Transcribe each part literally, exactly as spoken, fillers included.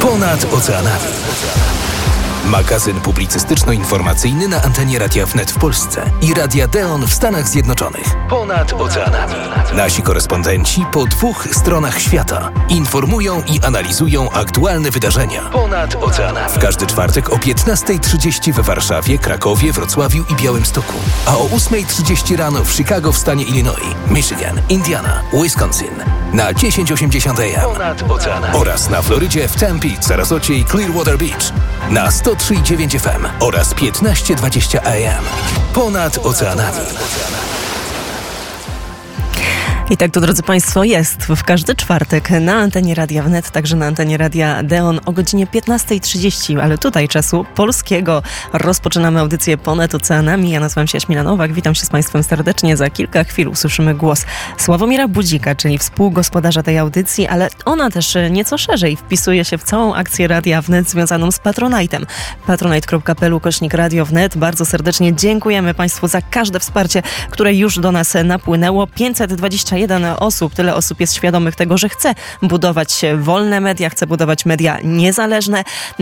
Ponad oceanami. Magazyn publicystyczno-informacyjny na antenie Radia Wnet w Polsce i Radia Deon w Stanach Zjednoczonych. Ponad oceanami. Nasi korespondenci po dwóch stronach świata informują i analizują aktualne wydarzenia. Ponad oceanami. W każdy czwartek o piętnasta trzydzieści w Warszawie, Krakowie, Wrocławiu i Białymstoku, a o ósma trzydzieści rano w Chicago w stanie Illinois, Michigan, Indiana, Wisconsin na tysiąc osiemdziesiąt A M. Ponad oceanami. Oraz na Florydzie w Tempe, Sarasocie i Clearwater Beach na sto trzy i dziewięć F M oraz piętnaście dwadzieścia A M. Ponad oceanami. I tak to, drodzy Państwo, jest w każdy czwartek na antenie Radia Wnet, także na antenie Radia Deon o godzinie piętnasta trzydzieści, ale tutaj czasu polskiego. Rozpoczynamy audycję Ponad oceanami. Ja nazywam się Jaśmina Nowak, witam się z Państwem serdecznie. Za kilka chwil usłyszymy głos Sławomira Budzika, czyli współgospodarza tej audycji, ale ona też nieco szerzej wpisuje się w całą akcję Radia Wnet związaną z Patronite'em. patronite kropka p l ukośnik Radio Wnet. Bardzo serdecznie dziękujemy Państwu za każde wsparcie, które już do nas napłynęło. pięćset dwadzieścia jeden osób, tyle osób jest świadomych tego, że chce budować wolne media, chce budować media niezależne.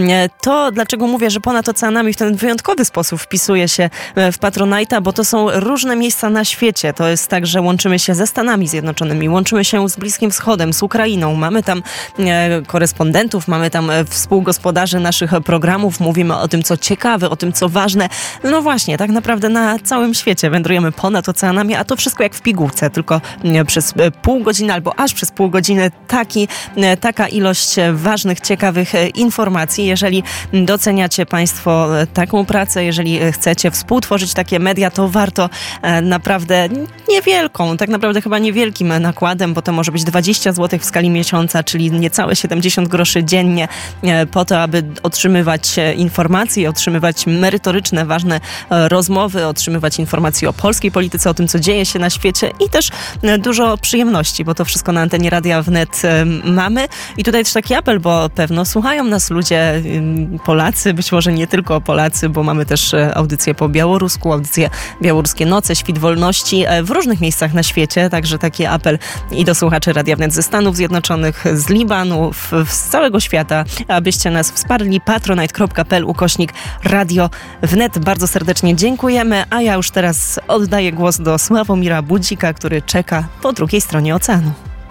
To dlaczego mówię, że ponad oceanami w ten wyjątkowy sposób wpisuje się w Patronite'a, bo to są różne miejsca na świecie. To jest tak, że łączymy się ze Stanami Zjednoczonymi, łączymy się z Bliskim Wschodem, z Ukrainą. Mamy tam korespondentów, mamy tam współgospodarzy naszych programów, mówimy o tym, co ciekawe, o tym, co ważne. No właśnie, tak naprawdę na całym świecie wędrujemy ponad oceanami, a to wszystko jak w pigułce, tylko przez pół godziny albo aż przez pół godziny taki, taka ilość ważnych, ciekawych informacji. Jeżeli doceniacie Państwo taką pracę, jeżeli chcecie współtworzyć takie media, to warto naprawdę niewielką, tak naprawdę chyba niewielkim nakładem, bo to może być dwadzieścia złotych w skali miesiąca, czyli niecałe siedemdziesiąt groszy dziennie po to, aby otrzymywać informacje, otrzymywać merytoryczne, ważne rozmowy, otrzymywać informacje o polskiej polityce, o tym, co dzieje się na świecie i też dużo przyjemności, bo to wszystko na antenie Radia Wnet mamy. I tutaj też taki apel, bo pewno słuchają nas ludzie Polacy, być może nie tylko Polacy, bo mamy też audycję po białorusku, audycję Białoruskie Noce, Świt Wolności w różnych miejscach na świecie, także taki apel i do słuchaczy Radia Wnet ze Stanów Zjednoczonych, z Libanu, w, z całego świata, abyście nas wsparli. patronite kropka p l ukośnik Radio Wnet. Bardzo serdecznie dziękujemy, a ja już teraz oddaję głos do Sławomira Budzika, który czeka po drugiej stronie oceanu.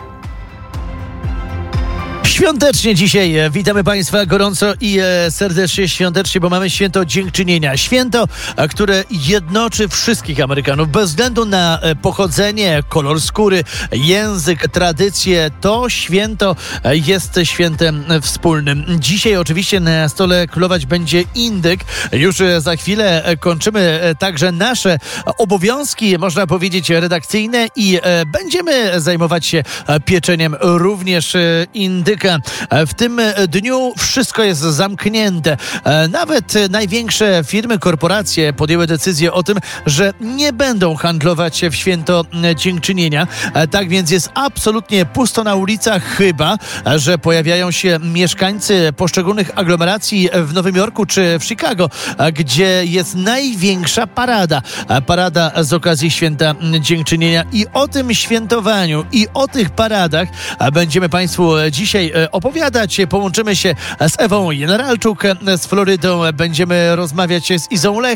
Świątecznie dzisiaj witamy Państwa gorąco i serdecznie świątecznie, bo mamy święto dziękczynienia. Święto, które jednoczy wszystkich Amerykanów bez względu na pochodzenie, kolor skóry, język, tradycje. To święto jest świętem wspólnym. Dzisiaj oczywiście na stole królować będzie indyk. Już za chwilę kończymy także nasze obowiązki, można powiedzieć, redakcyjne i będziemy zajmować się pieczeniem również indyka. W tym dniu wszystko jest zamknięte. Nawet największe firmy, korporacje podjęły decyzję o tym, że nie będą handlować w święto dziękczynienia. Tak więc jest absolutnie pusto na ulicach, chyba że pojawiają się mieszkańcy poszczególnych aglomeracji w Nowym Jorku czy w Chicago, gdzie jest największa parada. Parada z okazji święta dziękczynienia i o tym świętowaniu i o tych paradach będziemy Państwu dzisiaj opowiadać. Połączymy się z Ewą Generalczuk z Florydą. Będziemy rozmawiać z Izą Lech.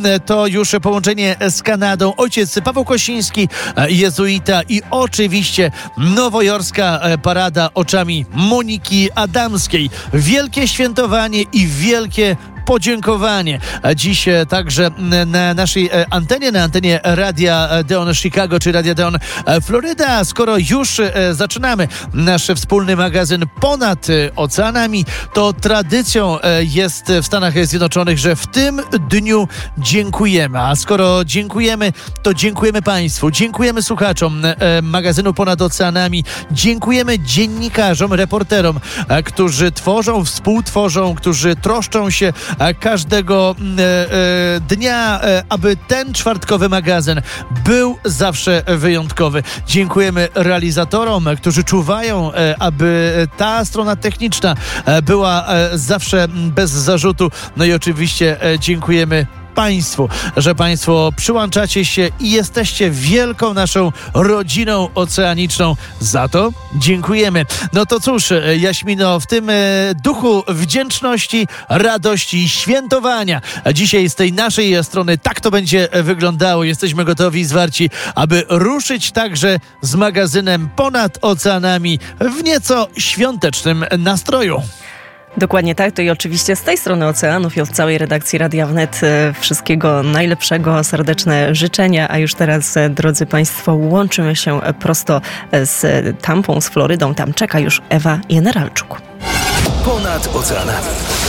To już połączenie z Kanadą. Ojciec Paweł Kosiński, jezuita i oczywiście nowojorska parada oczami Moniki Adamskiej. Wielkie świętowanie i wielkie podziękowanie. Dziś także na naszej antenie, na antenie Radia Deon Chicago czy Radia Deon Floryda. Skoro już zaczynamy nasz wspólny magazyn Ponad oceanami, to tradycją jest w Stanach Zjednoczonych, że w tym dniu dziękujemy. A skoro dziękujemy, to dziękujemy Państwu, dziękujemy słuchaczom magazynu Ponad oceanami, dziękujemy dziennikarzom, reporterom, którzy tworzą, współtworzą, którzy troszczą się każdego e, e, dnia, e, aby ten czwartkowy magazyn był zawsze wyjątkowy. Dziękujemy realizatorom, którzy czuwają, e, aby ta strona techniczna e, była e, zawsze bez zarzutu. No i oczywiście e, dziękujemy Państwu, że Państwo przyłączacie się i jesteście wielką naszą rodziną oceaniczną. Za to dziękujemy. No to cóż, Jaśmino, w tym duchu wdzięczności, radości i świętowania dzisiaj z tej naszej strony tak to będzie wyglądało. Jesteśmy gotowi i zwarci, aby ruszyć także z magazynem Ponad Oceanami w nieco świątecznym nastroju. Dokładnie tak, to i oczywiście z tej strony oceanów i od całej redakcji Radia Wnet wszystkiego najlepszego, serdeczne życzenia, a już teraz, drodzy Państwo, łączymy się prosto z Tampą, z Florydą. Tam czeka już Ewa Jeneralczuk. Ponad Oceanami.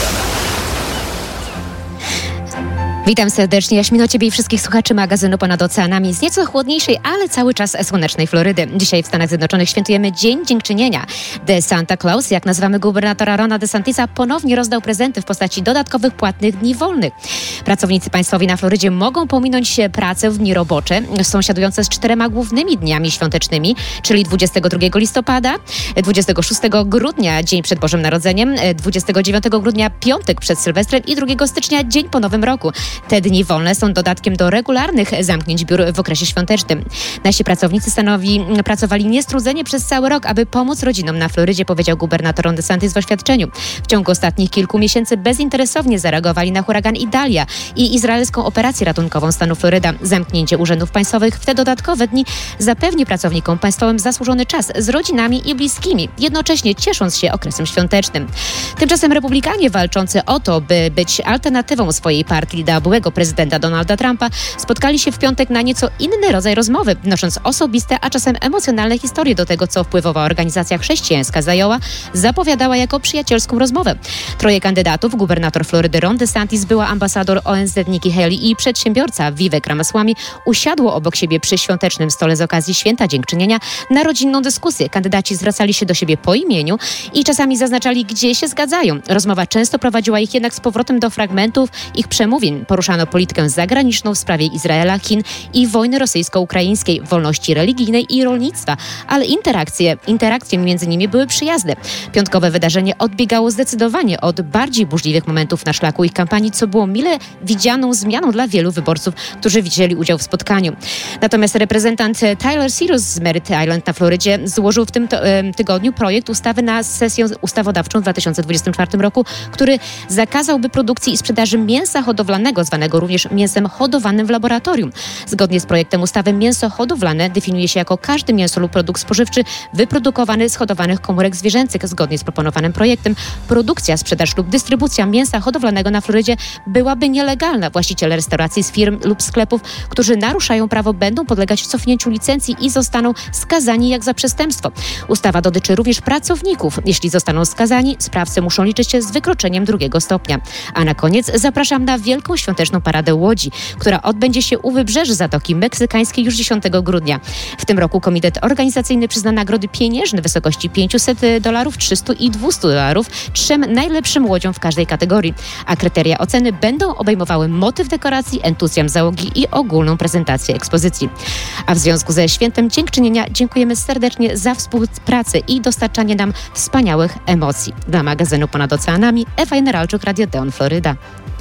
Witam serdecznie, Jaśmino, Ciebie i wszystkich słuchaczy magazynu Ponad Oceanami z nieco chłodniejszej, ale cały czas słonecznej Florydy. Dzisiaj w Stanach Zjednoczonych świętujemy Dzień Dziękczynienia. The Santa Claus, jak nazywamy gubernatora Rona DeSantisa, ponownie rozdał prezenty w postaci dodatkowych płatnych dni wolnych. Pracownicy państwowi na Florydzie mogą pominąć pracę w dni robocze, sąsiadujące z czterema głównymi dniami świątecznymi, czyli dwudziestego drugiego listopada, dwudziestego szóstego grudnia, dzień przed Bożym Narodzeniem, dwudziestego dziewiątego grudnia, piątek przed Sylwestrem i drugiego stycznia, dzień po Nowym Roku. Te dni wolne są dodatkiem do regularnych zamknięć biur w okresie świątecznym. Nasi pracownicy stanowi, pracowali niestrudzenie przez cały rok, aby pomóc rodzinom na Florydzie, powiedział gubernator Ron DeSantis w oświadczeniu. W ciągu ostatnich kilku miesięcy bezinteresownie zareagowali na huragan Idalia i izraelską operację ratunkową stanu Floryda. Zamknięcie urzędów państwowych w te dodatkowe dni zapewni pracownikom państwowym zasłużony czas z rodzinami i bliskimi, jednocześnie ciesząc się okresem świątecznym. Tymczasem republikanie walczący o to, by być alternatywą swojej partii dla byłego prezydenta Donalda Trumpa, spotkali się w piątek na nieco inny rodzaj rozmowy, wnosząc osobiste, a czasem emocjonalne historie do tego, co wpływowa organizacja chrześcijańska zajęła, zapowiadała jako przyjacielską rozmowę. Troje kandydatów, gubernator Florydy Ron DeSantis, była ambasador O N Z Nikki Haley i przedsiębiorca Vivek Ramaswamy usiadło obok siebie przy świątecznym stole z okazji Święta Dziękczynienia na rodzinną dyskusję. Kandydaci zwracali się do siebie po imieniu i czasami zaznaczali, gdzie się zgadzają. Rozmowa często prowadziła ich jednak z powrotem do fragmentów ich przemówień. Poruszano politykę zagraniczną w sprawie Izraela, Chin i wojny rosyjsko-ukraińskiej, wolności religijnej i rolnictwa, ale interakcje, interakcje między nimi były przyjazne. Piątkowe wydarzenie odbiegało zdecydowanie od bardziej burzliwych momentów na szlaku ich kampanii, co było mile widzianą zmianą dla wielu wyborców, którzy wzięli udział w spotkaniu. Natomiast reprezentant Tyler Cyrus z Merritt Island na Florydzie złożył w tym to, e, tygodniu projekt ustawy na sesję ustawodawczą w dwa tysiące dwudziestym czwartym roku, który zakazałby produkcji i sprzedaży mięsa hodowlanego, zwanego również mięsem hodowanym w laboratorium. Zgodnie z projektem ustawy mięso hodowlane definiuje się jako każde mięso lub produkt spożywczy wyprodukowany z hodowanych komórek zwierzęcych. Zgodnie z proponowanym projektem produkcja, sprzedaż lub dystrybucja mięsa hodowlanego na Florydzie byłaby nielegalna. Właściciele restauracji z firm lub sklepów, którzy naruszają prawo, będą podlegać cofnięciu licencji i zostaną skazani jak za przestępstwo. Ustawa dotyczy również pracowników. Jeśli zostaną skazani, sprawcy muszą liczyć się z wykroczeniem drugiego stopnia. A na koniec zapraszam na wielką świąteczną paradę łodzi, która odbędzie się u wybrzeży Zatoki Meksykańskiej już dziesiątego grudnia. W tym roku komitet organizacyjny przyzna nagrody pieniężne w wysokości pięćset dolarów, trzysta i dwieście dolarów trzem najlepszym łodziom w każdej kategorii, a kryteria oceny będą obejmowały motyw dekoracji, entuzjazm załogi i ogólną prezentację ekspozycji. A w związku ze Świętem Dziękczynienia dziękujemy serdecznie za współpracę i dostarczanie nam wspaniałych emocji. Dla magazynu Ponad Oceanami Ewa Jeneralczuk, Radio Deon, Floryda.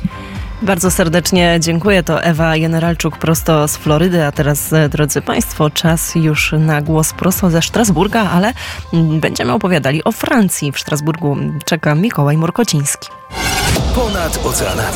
Bardzo serdecznie dziękuję. To Ewa Jeneralczuk prosto z Florydy. A teraz, drodzy Państwo, czas już na głos prosto ze Strasburga, ale będziemy opowiadali o Francji. W Strasburgu czeka Mikołaj Morkociński. Ponad Oceanami.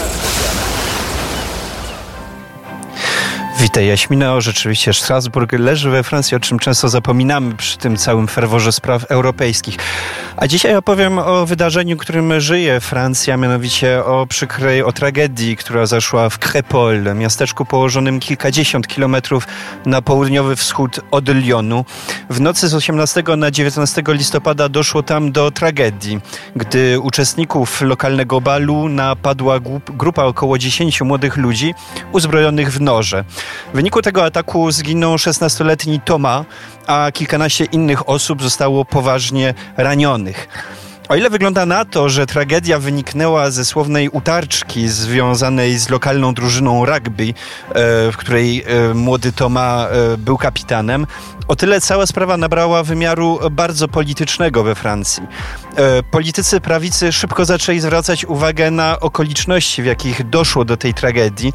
Witaj, Jaśmino. Rzeczywiście Strasburg leży we Francji, o czym często zapominamy przy tym całym ferworze spraw europejskich. A dzisiaj opowiem o wydarzeniu, którym żyje Francja, mianowicie o przykrej, o tragedii, która zaszła w Crépole, miasteczku położonym kilkadziesiąt kilometrów na południowy wschód od Lyonu. W nocy z osiemnastego na dziewiętnastego listopada doszło tam do tragedii, gdy uczestników lokalnego balu napadła grupa około dziesięciu młodych ludzi uzbrojonych w noże. W wyniku tego ataku zginął szesnastoletni Thomas, a kilkanaście innych osób zostało poważnie ranionych. O ile wygląda na to, że tragedia wyniknęła ze słownej utarczki związanej z lokalną drużyną rugby, w której młody Thomas był kapitanem, o tyle cała sprawa nabrała wymiaru bardzo politycznego we Francji. Politycy prawicy szybko zaczęli zwracać uwagę na okoliczności, w jakich doszło do tej tragedii.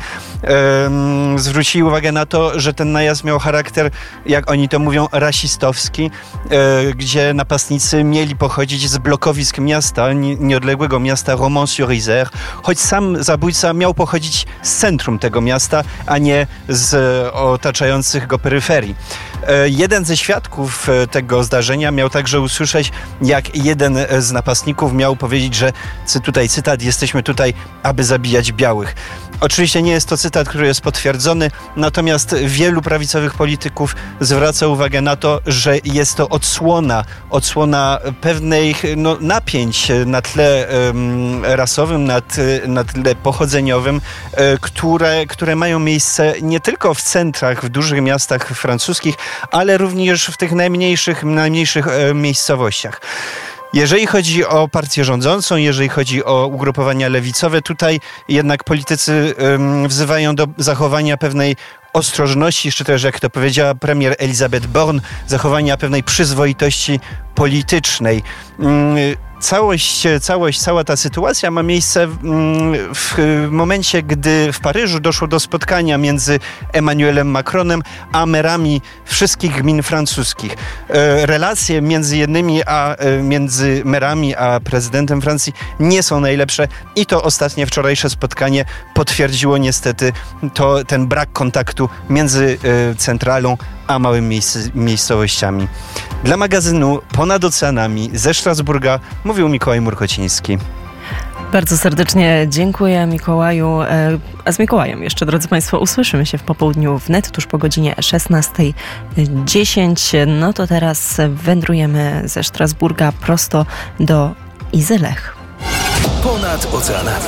Zwrócili uwagę na to, że ten najazd miał charakter, jak oni to mówią, rasistowski, gdzie napastnicy mieli pochodzić z blokowisk miasta, nieodległego miasta Romans-sur-Isère, choć sam zabójca miał pochodzić z centrum tego miasta, a nie z otaczających go peryferii. Jeden ze świadków tego zdarzenia miał także usłyszeć, jak jeden z napastników miał powiedzieć, że, tutaj cytat, jesteśmy tutaj, aby zabijać białych. Oczywiście nie jest to cytat, który jest potwierdzony, natomiast wielu prawicowych polityków zwraca uwagę na to, że jest to odsłona, odsłona pewnych no, napięć na tle um, rasowym, na, na tle pochodzeniowym, e, które, które mają miejsce nie tylko w centrach, w dużych miastach francuskich, ale również w tych najmniejszych, najmniejszych e, miejscowościach. Jeżeli chodzi o partię rządzącą, jeżeli chodzi o ugrupowania lewicowe, tutaj jednak politycy um, wzywają do zachowania pewnej ostrożności, jeszcze też, jak to powiedziała premier Elisabeth Borne, zachowania pewnej przyzwoitości politycznej. Um, Całość, całość, cała ta sytuacja ma miejsce w momencie, gdy w Paryżu doszło do spotkania między Emmanuelem Macronem a merami wszystkich gmin francuskich. Relacje między jednymi a między merami a prezydentem Francji nie są najlepsze i to ostatnie wczorajsze spotkanie potwierdziło niestety to, ten brak kontaktu między centralą a małymi miejsc- miejscowościami. Dla magazynu Ponad Oceanami ze Strasburga mówił Mikołaj Murkociński. Bardzo serdecznie dziękuję, Mikołaju. A z Mikołajem jeszcze, drodzy Państwo, usłyszymy się w popołudniu wnet, tuż po godzinie szesnasta dziesięć. No to teraz wędrujemy ze Strasburga prosto do Izylech. Ponad Oceanami.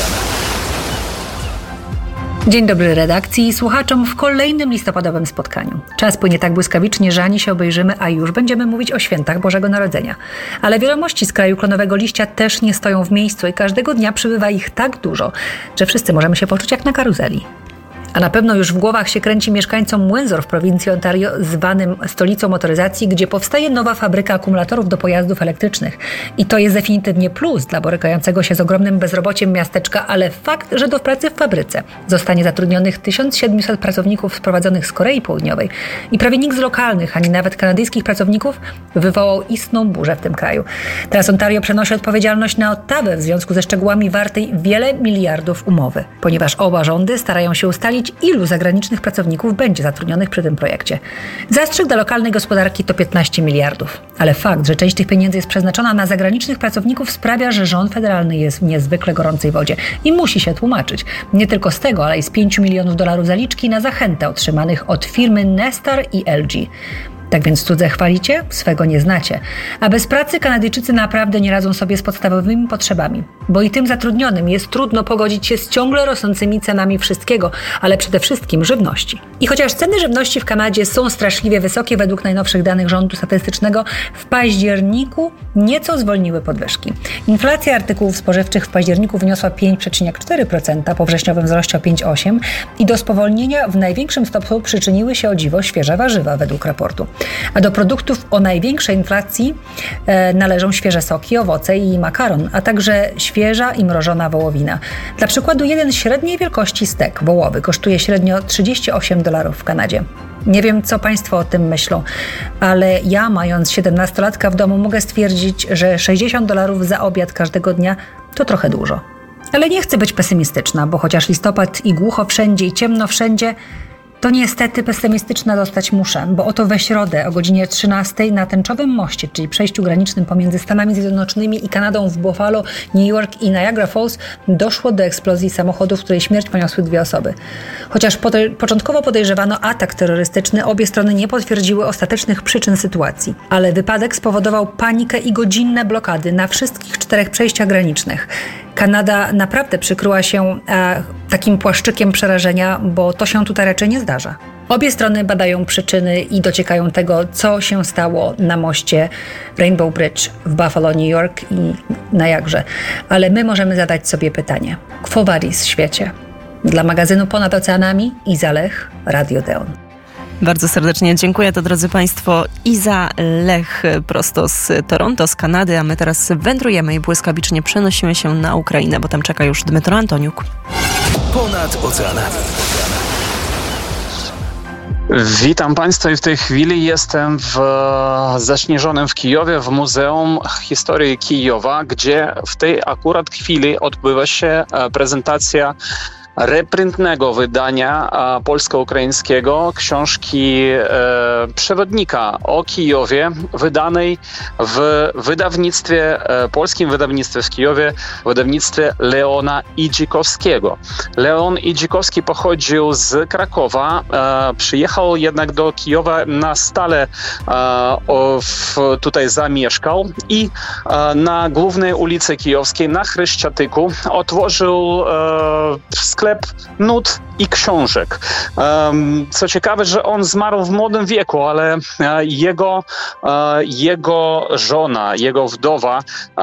Dzień dobry redakcji i słuchaczom w kolejnym listopadowym spotkaniu. Czas płynie tak błyskawicznie, że ani się obejrzymy, a już będziemy mówić o świętach Bożego Narodzenia. Ale wiadomości z kraju klonowego liścia też nie stoją w miejscu i każdego dnia przybywa ich tak dużo, że wszyscy możemy się poczuć jak na karuzeli. A na pewno już w głowach się kręci mieszkańcom Windsor w prowincji Ontario, zwanym stolicą motoryzacji, gdzie powstaje nowa fabryka akumulatorów do pojazdów elektrycznych. I to jest definitywnie plus dla borykającego się z ogromnym bezrobociem miasteczka, ale fakt, że do pracy w fabryce zostanie zatrudnionych tysiąc siedemset pracowników sprowadzonych z Korei Południowej i prawie nikt z lokalnych, ani nawet kanadyjskich pracowników wywołał istną burzę w tym kraju. Teraz Ontario przenosi odpowiedzialność na Ottawę w związku ze szczegółami wartej wiele miliardów umowy, ponieważ oba rządy starają się ustalić, ilu zagranicznych pracowników będzie zatrudnionych przy tym projekcie. Zastrzyk dla lokalnej gospodarki to piętnaście miliardów. Ale fakt, że część tych pieniędzy jest przeznaczona na zagranicznych pracowników, sprawia, że rząd federalny jest w niezwykle gorącej wodzie i musi się tłumaczyć. Nie tylko z tego, ale i z pięciu milionów dolarów zaliczki na zachętę otrzymanych od firmy Nestar i L G. Tak więc cudze chwalicie? Swego nie znacie. A bez pracy Kanadyjczycy naprawdę nie radzą sobie z podstawowymi potrzebami. Bo i tym zatrudnionym jest trudno pogodzić się z ciągle rosnącymi cenami wszystkiego, ale przede wszystkim żywności. I chociaż ceny żywności w Kanadzie są straszliwie wysokie według najnowszych danych rządu statystycznego, w październiku nieco zwolniły podwyżki. Inflacja artykułów spożywczych w październiku wyniosła pięć przecinek cztery procent, po wrześniowym wzroście o pięć przecinek osiem procent i do spowolnienia w największym stopniu przyczyniły się o dziwo świeże warzywa według raportu. A do produktów o największej inflacji e, należą świeże soki, owoce i makaron, a także świeża i mrożona wołowina. Dla przykładu jeden średniej wielkości stek wołowy kosztuje średnio trzydzieści osiem dolarów w Kanadzie. Nie wiem, co Państwo o tym myślą, ale ja, mając siedemnastolatka w domu, mogę stwierdzić, że sześćdziesiąt dolarów za obiad każdego dnia to trochę dużo. Ale nie chcę być pesymistyczna, bo chociaż listopad i głucho wszędzie i ciemno wszędzie, to niestety pesymistyczna zostać muszę, bo oto we środę o godzinie trzynastej na Tęczowym Moście, czyli przejściu granicznym pomiędzy Stanami Zjednoczonymi i Kanadą w Buffalo, New York i Niagara Falls, doszło do eksplozji samochodu, w której śmierć poniosły dwie osoby. Chociaż podej- początkowo podejrzewano atak terrorystyczny, obie strony nie potwierdziły ostatecznych przyczyn sytuacji. Ale wypadek spowodował panikę i godzinne blokady na wszystkich czterech przejściach granicznych. Kanada naprawdę przykryła się e, takim płaszczykiem przerażenia, bo to się tutaj raczej nie zdarza. Obie strony badają przyczyny i dociekają tego, co się stało na moście Rainbow Bridge w Buffalo, New York i na jakże. Ale my możemy zadać sobie pytanie. Quo vadis, świecie? Dla magazynu Ponad Oceanami Iza Lech, Radio Deon. Bardzo serdecznie dziękuję, to drodzy Państwo, Iza Lech prosto z Toronto, z Kanady, a my teraz wędrujemy i błyskawicznie przenosimy się na Ukrainę, bo tam czeka już Dmytro Antoniuk. Ponad Oceanami. Witam Państwa i w tej chwili jestem w zaśnieżonym w Kijowie, w Muzeum Historii Kijowa, gdzie w tej akurat chwili odbywa się prezentacja reprintnego wydania a, polsko-ukraińskiego książki e, przewodnika o Kijowie, wydanej w wydawnictwie, e, polskim wydawnictwie w Kijowie, wydawnictwie Leona Idzikowskiego. Leon Idzikowski pochodził z Krakowa, e, przyjechał jednak do Kijowa na stale, e, o, w, tutaj zamieszkał i e, na głównej ulicy Kijowskiej, na Chryszczatyku, otworzył e, sklep nut i książek. Co ciekawe, że on zmarł w młodym wieku, ale jego, jego żona, jego wdowa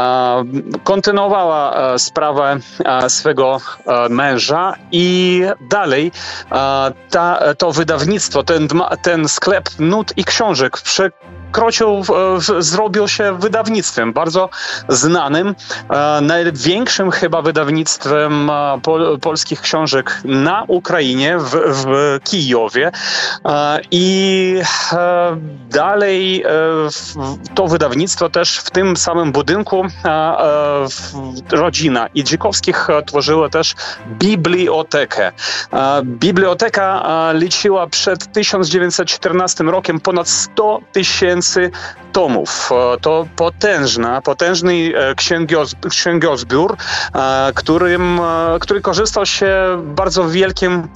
kontynuowała sprawę swego męża i dalej ta, to wydawnictwo, ten, ten sklep nut i książek prze Krocioł zrobił się wydawnictwem bardzo znanym, e, największym chyba wydawnictwem e, pol, polskich książek na Ukrainie, w, w Kijowie. E, I e, dalej e, w, to wydawnictwo też w tym samym budynku e, e, rodzina Idzikowskich tworzyła też bibliotekę. E, biblioteka e, liczyła przed tysiąc dziewięćset czternastym rokiem ponad sto tysięcy tomów. To potężna, potężny księgozbiór, którym, który korzystał się bardzo wielkim,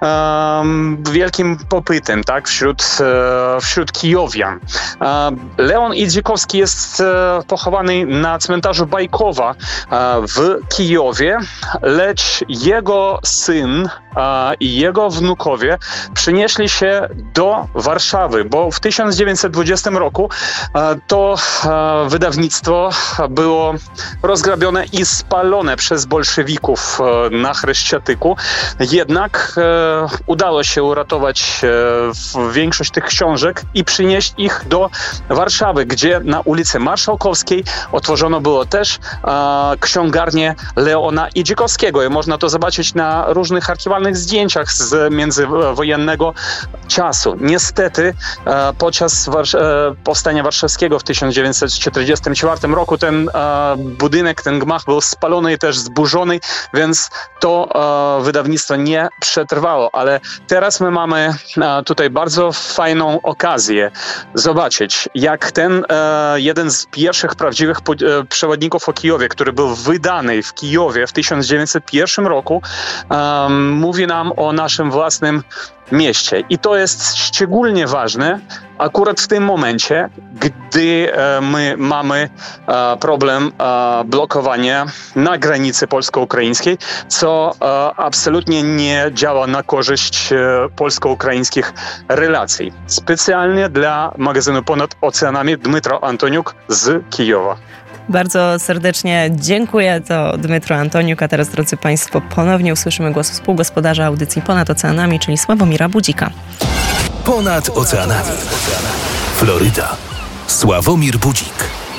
wielkim popytem, tak, wśród, wśród Kijowian. Leon Idzikowski jest pochowany na cmentarzu Bajkowa w Kijowie, lecz jego syn i jego wnukowie przynieśli się do Warszawy, bo w tysiąc dziewięćset dwudziestym roku to wydawnictwo było rozgrabione i spalone przez bolszewików na Chryszczatyku. Jednak udało się uratować większość tych książek i przynieść ich do Warszawy, gdzie na ulicy Marszałkowskiej otworzono było też ksiągarnię Leona Idzikowskiego i można to zobaczyć na różnych archiwalnych zdjęciach z międzywojennego czasu. Niestety podczas powstania warszawskiego w tysiąc dziewięćset czterdziestym czwartym roku ten e, budynek, ten gmach był spalony i też zburzony, więc to e, wydawnictwo nie przetrwało, ale teraz my mamy e, tutaj bardzo fajną okazję zobaczyć, jak ten e, jeden z pierwszych prawdziwych po, e, przewodników o Kijowie, który był wydany w Kijowie w tysiąc dziewięćset pierwszym roku, e, mówi nam o naszym własnym mieście. I to jest szczególnie ważne akurat w tym momencie, gdy e, my mamy e, problem e, blokowania na granicy polsko-ukraińskiej, co e, absolutnie nie działa na korzyść e, polsko-ukraińskich relacji. Specjalnie dla magazynu Ponad Oceanami Dmytro Antoniuk z Kijowa. Bardzo serdecznie dziękuję, to Dmytro Antoniuk, a teraz, drodzy Państwo, ponownie usłyszymy głos współgospodarza audycji Ponad Oceanami, czyli Sławomira Budzika. Ponad Oceanami. Floryda. Sławomir Budzik.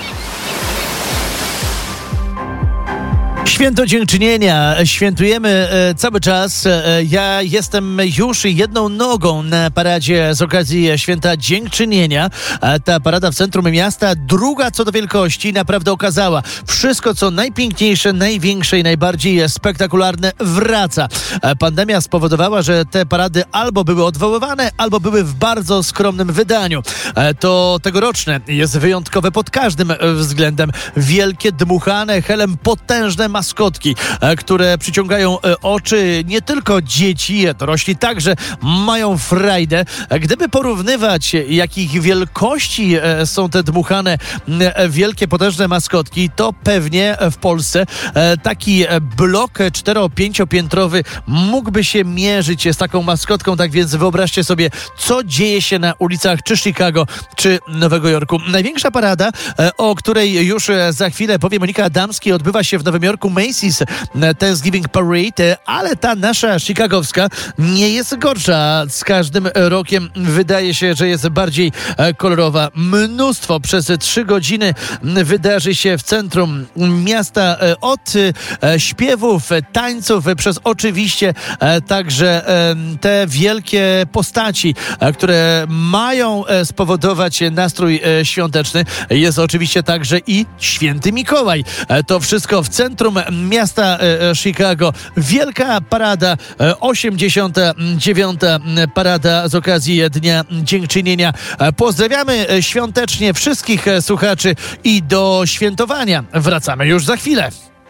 Święto Dziękczynienia. Świętujemy e, cały czas. E, ja jestem już jedną nogą na paradzie z okazji Święta Dziękczynienia. E, ta parada w centrum miasta, druga co do wielkości, naprawdę okazała wszystko, co najpiękniejsze, największe i najbardziej spektakularne wraca. E, pandemia spowodowała, że te parady albo były odwoływane, albo były w bardzo skromnym wydaniu. E, to tegoroczne jest wyjątkowe pod każdym względem. Wielkie, dmuchane, helem potężne, masowe maskotki, które przyciągają oczy nie tylko dzieci, dorośli także mają frajdę. Gdyby porównywać, jakich wielkości są te dmuchane wielkie, potężne maskotki, to pewnie w Polsce taki blok cztero-pięciopiętrowy mógłby się mierzyć z taką maskotką. Tak więc wyobraźcie sobie, co dzieje się na ulicach czy Chicago, czy Nowego Jorku. Największa parada, o której już za chwilę powie Monika Adamski, odbywa się w Nowym Jorku Macy's Thanksgiving Parade, ale ta nasza chicagowska nie jest gorsza. Z każdym rokiem wydaje się, że jest bardziej kolorowa. Mnóstwo przez trzy godziny wydarzy się w centrum miasta, od śpiewów, tańców, przez oczywiście także te wielkie postaci, które mają spowodować nastrój świąteczny. Jest oczywiście także i Święty Mikołaj. To wszystko w centrum miasta Chicago. Wielka parada, osiemdziesiąta dziewiąta parada z okazji Dnia Dziękczynienia. Pozdrawiamy świątecznie wszystkich słuchaczy i do świętowania wracamy już za chwilę.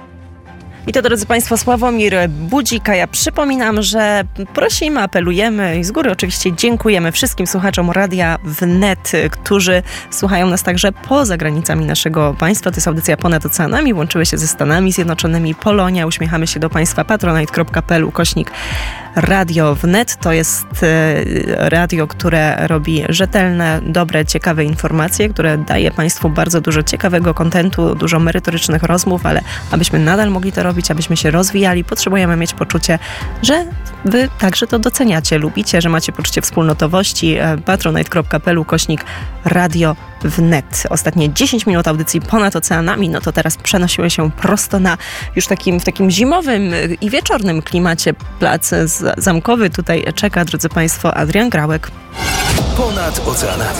I to, drodzy Państwo, Sławomir Budzik. Ja przypominam, że prosimy, apelujemy i z góry oczywiście dziękujemy wszystkim słuchaczom Radia Wnet, którzy słuchają nas także poza granicami naszego państwa. To jest audycja Ponad Oceanami. Łączyły się ze Stanami Zjednoczonymi, Polonia. Uśmiechamy się do Państwa. patronite kropka p l ukośnik Radio Wnet. To jest radio, które robi rzetelne, dobre, ciekawe informacje, które daje Państwu bardzo dużo ciekawego kontentu, dużo merytorycznych rozmów, ale abyśmy nadal mogli to robić, abyśmy się rozwijali, potrzebujemy mieć poczucie, że Wy także to doceniacie, lubicie, że macie poczucie wspólnotowości. patronite kropka p l ukośnik Radio Wnet. Ostatnie dziesięć minut audycji Ponad Oceanami, no to teraz przenosiły się prosto na już takim, w takim zimowym i wieczornym klimacie plac zamkowy. Tutaj czeka, drodzy Państwo, Adrian Grałek. Ponad Oceanami.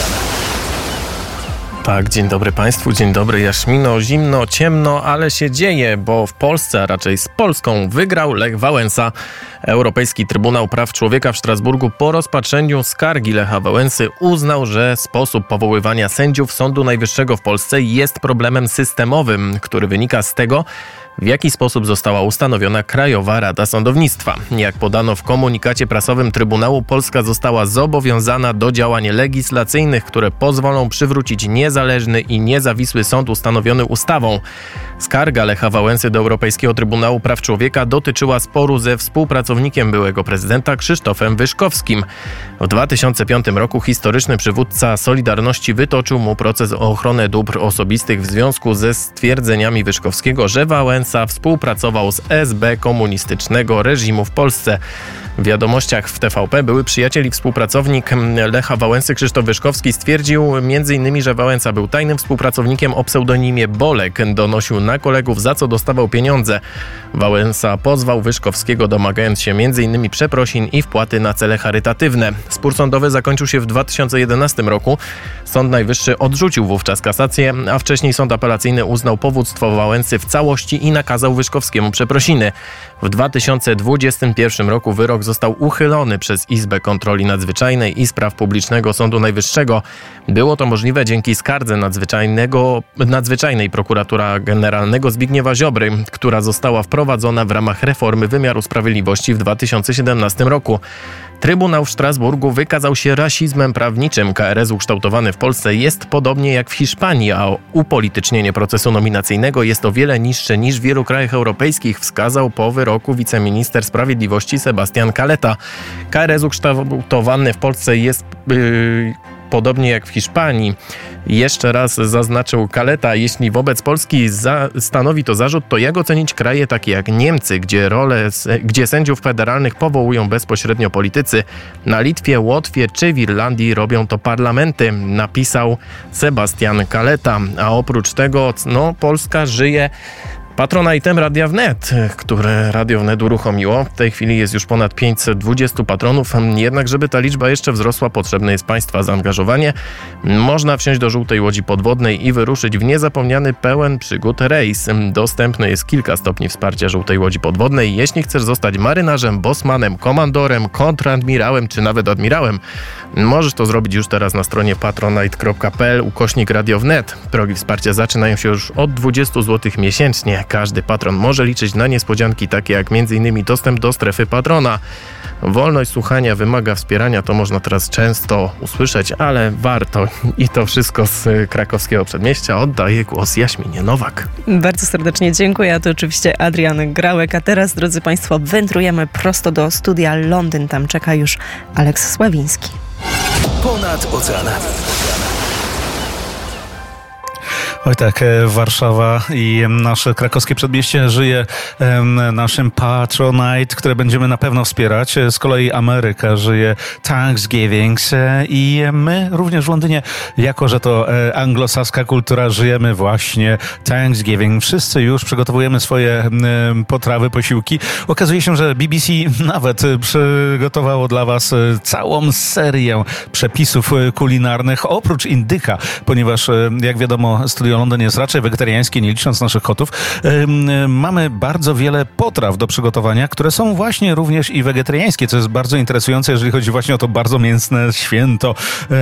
Tak, dzień dobry Państwu, dzień dobry Jaśmino. Zimno, ciemno, ale się dzieje, bo w Polsce, a raczej z Polską, wygrał Lech Wałęsa. Europejski Trybunał Praw Człowieka w Strasburgu po rozpatrzeniu skargi Lecha Wałęsy uznał, że sposób powoływania sędziów Sądu Najwyższego w Polsce jest problemem systemowym, który wynika z tego, w jaki sposób została ustanowiona Krajowa Rada Sądownictwa. Jak podano w komunikacie prasowym Trybunału, Polska została zobowiązana do działań legislacyjnych, które pozwolą przywrócić niezależny i niezawisły sąd ustanowiony ustawą. Skarga Lecha Wałęsy do Europejskiego Trybunału Praw Człowieka dotyczyła sporu ze współpracownikiem byłego prezydenta Krzysztofem Wyszkowskim. W dwa tysiące piątym roku historyczny przywódca Solidarności wytoczył mu proces o ochronę dóbr osobistych w związku ze stwierdzeniami Wyszkowskiego, że Wałęsa współpracował z S B komunistycznego reżimu w Polsce. W wiadomościach w T V P były przyjaciel i współpracownik Lecha Wałęsy Krzysztof Wyszkowski stwierdził między innymi, że Wałęsa był tajnym współpracownikiem o pseudonimie Bolek. Donosił na kolegów, za co dostawał pieniądze. Wałęsa pozwał Wyszkowskiego, domagając się między innymi przeprosin i wpłaty na cele charytatywne. Spór sądowy zakończył się w dwa tysiące jedenastym roku. Sąd Najwyższy odrzucił wówczas kasację, a wcześniej sąd apelacyjny uznał powództwo Wałęsy w całości i nakazał Wyszkowskiemu przeprosiny. W dwa tysiące dwudziestym pierwszym roku wyrok został uchylony przez Izbę Kontroli Nadzwyczajnej i Spraw Publicznego Sądu Najwyższego. Było to możliwe dzięki skardze nadzwyczajnego, nadzwyczajnej prokuratora generalnego Zbigniewa Ziobry, która została wprowadzona w ramach reformy wymiaru sprawiedliwości w dwa tysiące siedemnastym roku. Trybunał w Strasburgu wykazał się rasizmem prawniczym. K R S ukształtowany w Polsce jest podobnie jak w Hiszpanii, a upolitycznienie procesu nominacyjnego jest o wiele niższe niż w wielu krajach europejskich, wskazał po wyroku wiceminister sprawiedliwości Sebastian Caleta. K R S ukształtowany w Polsce jest yy, podobnie jak w Hiszpanii. Jeszcze raz zaznaczył Caleta, jeśli wobec Polski za, stanowi to zarzut, to jak ocenić kraje takie jak Niemcy, gdzie, role, gdzie sędziów federalnych powołują bezpośrednio politycy. Na Litwie, Łotwie czy w Irlandii robią to parlamenty, napisał Sebastian Caleta. A oprócz tego, no, Polska żyje patronajtem Radia Wnet, które Radio Wnet uruchomiło. W tej chwili jest już ponad pięćset dwadzieścia patronów, jednak żeby ta liczba jeszcze wzrosła, potrzebne jest Państwa zaangażowanie. Można wsiąść do żółtej łodzi podwodnej i wyruszyć w niezapomniany, pełen przygód rejs. Dostępne jest kilka stopni wsparcia żółtej łodzi podwodnej. Jeśli chcesz zostać marynarzem, bosmanem, komandorem, kontradmirałem czy nawet admirałem, możesz to zrobić już teraz na stronie patronite kropka p l ukośnik Radio Wnet. Progi wsparcia zaczynają się już od dwudziestu złotych miesięcznie. każdy patron może liczyć na niespodzianki takie jak m.in. dostęp do strefy patrona. Wolność słuchania wymaga wspierania, to można teraz często usłyszeć, ale warto. I to wszystko z krakowskiego przedmieścia. Oddaję głos Jaśminie Nowak. Bardzo serdecznie dziękuję. A to oczywiście Adrian Grałek. A teraz, drodzy Państwo, wędrujemy prosto do studia Londyn. Tam czeka już Aleks Sławiński. Ponad oceanami. Oj tak, Warszawa i nasze krakowskie przedmieście żyje naszym Patronite, które będziemy na pewno wspierać. Z kolei Ameryka żyje Thanksgiving i my również w Londynie, jako że to anglosaska kultura, żyjemy właśnie Thanksgiving. Wszyscy już przygotowujemy swoje potrawy, posiłki. Okazuje się, że B B C nawet przygotowało dla Was całą serię przepisów kulinarnych, oprócz indyka, ponieważ jak wiadomo, studio Londyn jest raczej wegetariańskie, nie licząc naszych kotów. Mamy bardzo wiele potraw do przygotowania, które są właśnie również i wegetariańskie, co jest bardzo interesujące, jeżeli chodzi właśnie o to bardzo mięsne święto.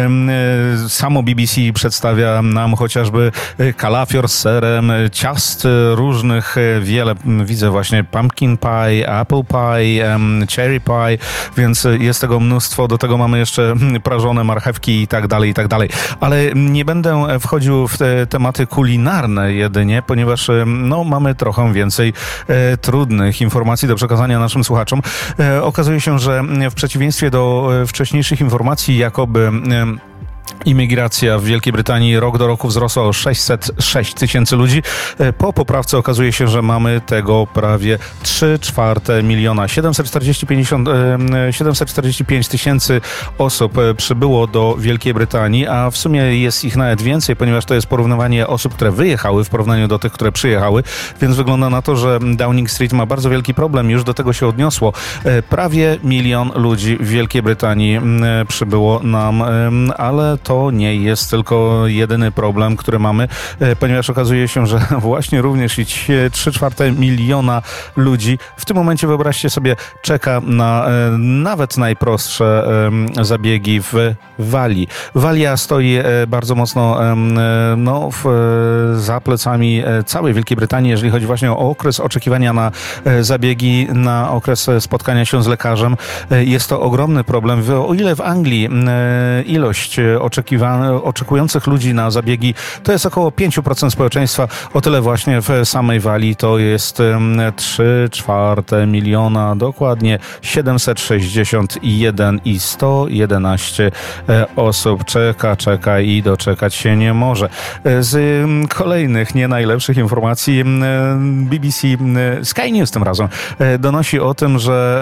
Samo B B C przedstawia nam chociażby kalafior z serem, ciast różnych, wiele. Widzę właśnie pumpkin pie, apple pie, cherry pie, więc jest tego mnóstwo. Do tego mamy jeszcze prażone marchewki i tak dalej, i tak dalej. Ale nie będę wchodził w te tematy kulinarne jedynie, ponieważ no, mamy trochę więcej e, trudnych informacji do przekazania naszym słuchaczom. E, okazuje się, że w przeciwieństwie do e, wcześniejszych informacji, jakoby e, imigracja w Wielkiej Brytanii rok do roku wzrosła o sześćset sześć tysięcy ludzi. Po poprawce okazuje się, że mamy tego prawie trzy czwarte miliona. siedemset czterdzieści pięć tysięcy osób przybyło do Wielkiej Brytanii, a w sumie jest ich nawet więcej, ponieważ to jest porównywanie osób, które wyjechały w porównaniu do tych, które przyjechały, więc wygląda na to, że Downing Street ma bardzo wielki problem. Już do tego się odniosło. Prawie milion ludzi w Wielkiej Brytanii przybyło nam, ale to nie jest tylko jedyny problem, który mamy, ponieważ okazuje się, że właśnie również i trzy czwarte miliona ludzi w tym momencie, wyobraźcie sobie, czeka na nawet najprostsze zabiegi w Walii. Walia stoi bardzo mocno no, w, za plecami całej Wielkiej Brytanii, jeżeli chodzi właśnie o okres oczekiwania na zabiegi, na okres spotkania się z lekarzem. Jest to ogromny problem. O ile w Anglii ilość oczekujących ludzi na zabiegi to jest około pięć procent społeczeństwa, o tyle właśnie w samej Walii to jest trzy czwarte miliona, dokładnie siedemset sześćdziesiąt jeden i sto jedenaście osób czeka, czeka i doczekać się nie może. Z kolejnych nie najlepszych informacji B B C, Sky News tym razem, donosi o tym, że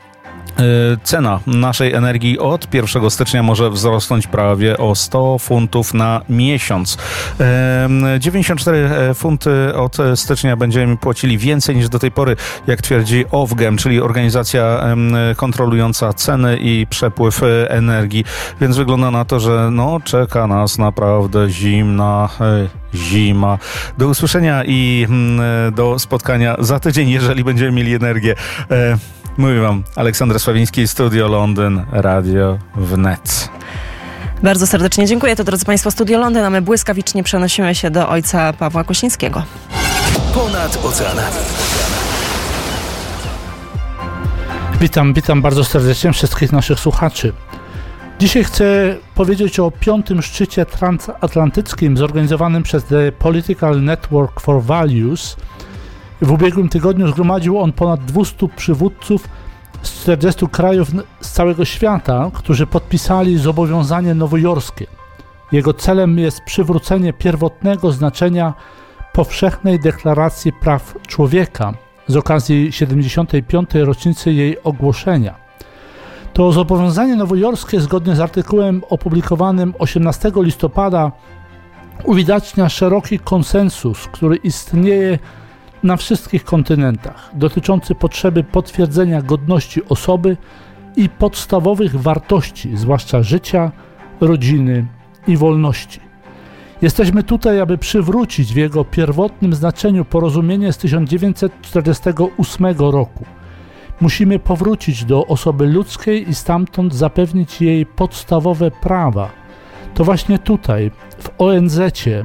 cena naszej energii od pierwszego stycznia może wzrosnąć prawie o sto funtów na miesiąc. dziewięćdziesiąt cztery funty od stycznia będziemy płacili więcej niż do tej pory, jak twierdzi Ofgem, czyli organizacja kontrolująca ceny i przepływ energii. Więc wygląda na to, że no, czeka nas naprawdę zimna zima. Do usłyszenia i do spotkania za tydzień, jeżeli będziemy mieli energię. Mówię wam, Aleksander Sławiński, Studio Londyn, Radio Wnet. Bardzo serdecznie dziękuję. To, drodzy Państwo, Studio Londyn, a my błyskawicznie przenosimy się do ojca Pawła Kosińskiego. Ponad oceanami. Witam, witam bardzo serdecznie wszystkich naszych słuchaczy. Dzisiaj chcę powiedzieć o piątym szczycie transatlantyckim zorganizowanym przez The Political Network for Values. W ubiegłym tygodniu zgromadził on ponad dwieście przywódców z czterdziestu krajów z całego świata, którzy podpisali zobowiązanie nowojorskie. Jego celem jest przywrócenie pierwotnego znaczenia Powszechnej Deklaracji Praw Człowieka z okazji siedemdziesiątej piątej rocznicy jej ogłoszenia. To zobowiązanie nowojorskie, zgodnie z artykułem opublikowanym osiemnastego listopada, uwidacznia szeroki konsensus, który istnieje na wszystkich kontynentach, dotyczący potrzeby potwierdzenia godności osoby i podstawowych wartości, zwłaszcza życia, rodziny i wolności. Jesteśmy tutaj, aby przywrócić w jego pierwotnym znaczeniu porozumienie z tysiąc dziewięćset czterdziestego ósmego roku. Musimy powrócić do osoby ludzkiej i stamtąd zapewnić jej podstawowe prawa. To właśnie tutaj, w O N Z-cie,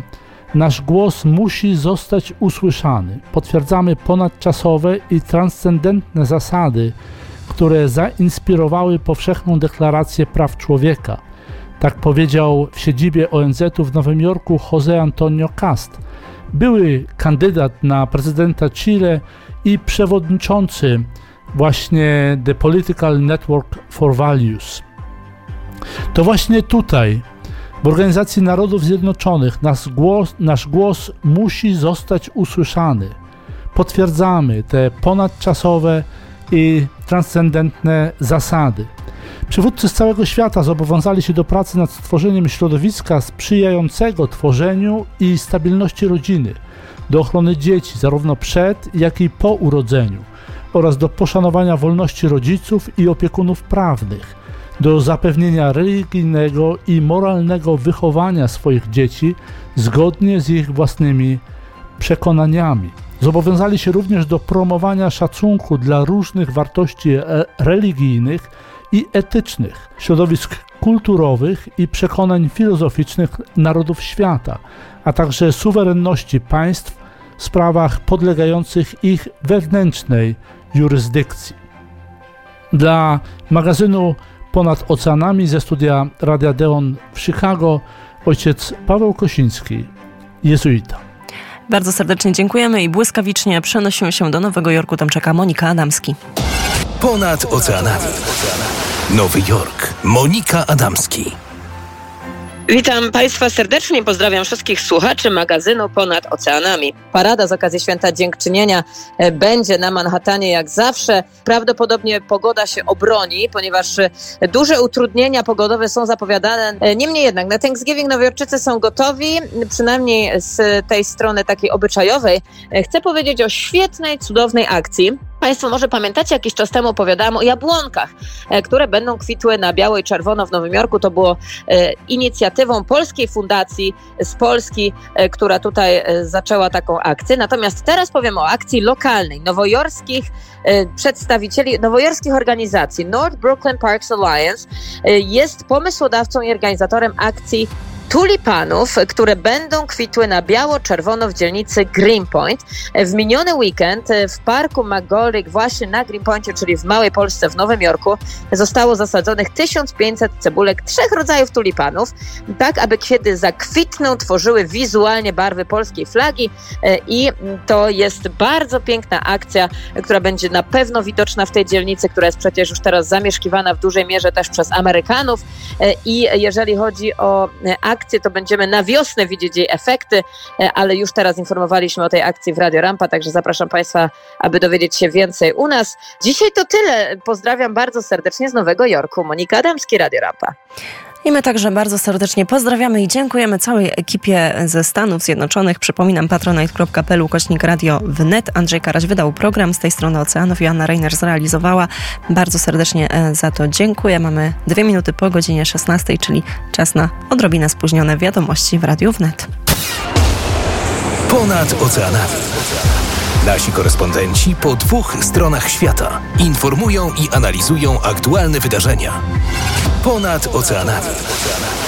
Nasz głos musi zostać usłyszany. Potwierdzamy ponadczasowe i transcendentne zasady, które zainspirowały powszechną deklarację praw człowieka. Tak powiedział w siedzibie O N Z u w Nowym Jorku José Antonio Cast, były kandydat na prezydenta Chile i przewodniczący właśnie The Political Network for Values. To właśnie tutaj, w Organizacji Narodów Zjednoczonych, nasz głos, nasz głos musi zostać usłyszany. Potwierdzamy te ponadczasowe i transcendentne zasady. Przywódcy z całego świata zobowiązali się do pracy nad stworzeniem środowiska sprzyjającego tworzeniu i stabilności rodziny, do ochrony dzieci zarówno przed, jak i po urodzeniu oraz do poszanowania wolności rodziców i opiekunów prawnych, do zapewnienia religijnego i moralnego wychowania swoich dzieci zgodnie z ich własnymi przekonaniami. Zobowiązali się również do promowania szacunku dla różnych wartości religijnych i etycznych, środowisk kulturowych i przekonań filozoficznych narodów świata, a także suwerenności państw w sprawach podlegających ich wewnętrznej jurysdykcji. Dla magazynu Ponad Oceanami ze studia Radia Deon w Chicago ojciec Paweł Kosiński, jezuita. Bardzo serdecznie dziękujemy i błyskawicznie przenosimy się do Nowego Jorku. Tam czeka Monika Adamski. Ponad Oceanami. Nowy Jork. Monika Adamski. Witam Państwa serdecznie, pozdrawiam wszystkich słuchaczy magazynu Ponad Oceanami. Parada z okazji Święta Dziękczynienia będzie na Manhattanie jak zawsze. Prawdopodobnie pogoda się obroni, ponieważ duże utrudnienia pogodowe są zapowiadane. Niemniej jednak na Thanksgiving nowojorczycy są gotowi, przynajmniej z tej strony takiej obyczajowej. Chcę powiedzieć o świetnej, cudownej akcji. Państwo może pamiętacie, jakiś czas temu opowiadałam o jabłonkach, które będą kwitły na biało i czerwono w Nowym Jorku. To było e, inicjatywą Polskiej Fundacji z Polski, e, która tutaj e, zaczęła taką akcję. Natomiast teraz powiem o akcji lokalnej, nowojorskich e, przedstawicieli, nowojorskich organizacji. North Brooklyn Parks Alliance e, jest pomysłodawcą i organizatorem akcji tulipanów, które będą kwitły na biało-czerwono w dzielnicy Greenpoint. W miniony weekend w parku McGorrick właśnie na Greenpointie, czyli w Małej Polsce w Nowym Jorku, zostało zasadzonych tysiąc pięćset cebulek trzech rodzajów tulipanów, tak aby kiedy zakwitną, tworzyły wizualnie barwy polskiej flagi i to jest bardzo piękna akcja, która będzie na pewno widoczna w tej dzielnicy, która jest przecież już teraz zamieszkiwana w dużej mierze też przez Amerykanów i jeżeli chodzi o akcję, to będziemy na wiosnę widzieć jej efekty, ale już teraz informowaliśmy o tej akcji w Radio Rampa, także zapraszam Państwa, aby dowiedzieć się więcej u nas. Dzisiaj to tyle. Pozdrawiam bardzo serdecznie z Nowego Jorku. Monika Adamski, Radio Rampa. I my także bardzo serdecznie pozdrawiamy i dziękujemy całej ekipie ze Stanów Zjednoczonych. Przypominam, patronite kropka p l ukośnik radio wnet. Andrzej Karaś wydał program, z tej strony Oceanów Joanna Reiner zrealizowała. Bardzo serdecznie za to dziękuję. Mamy dwie minuty po godzinie szesnastej, czyli czas na odrobinę spóźnione wiadomości w Radiu Wnet. Ponad Oceanami. Nasi korespondenci po dwóch stronach świata informują i analizują aktualne wydarzenia. Ponad Oceanami.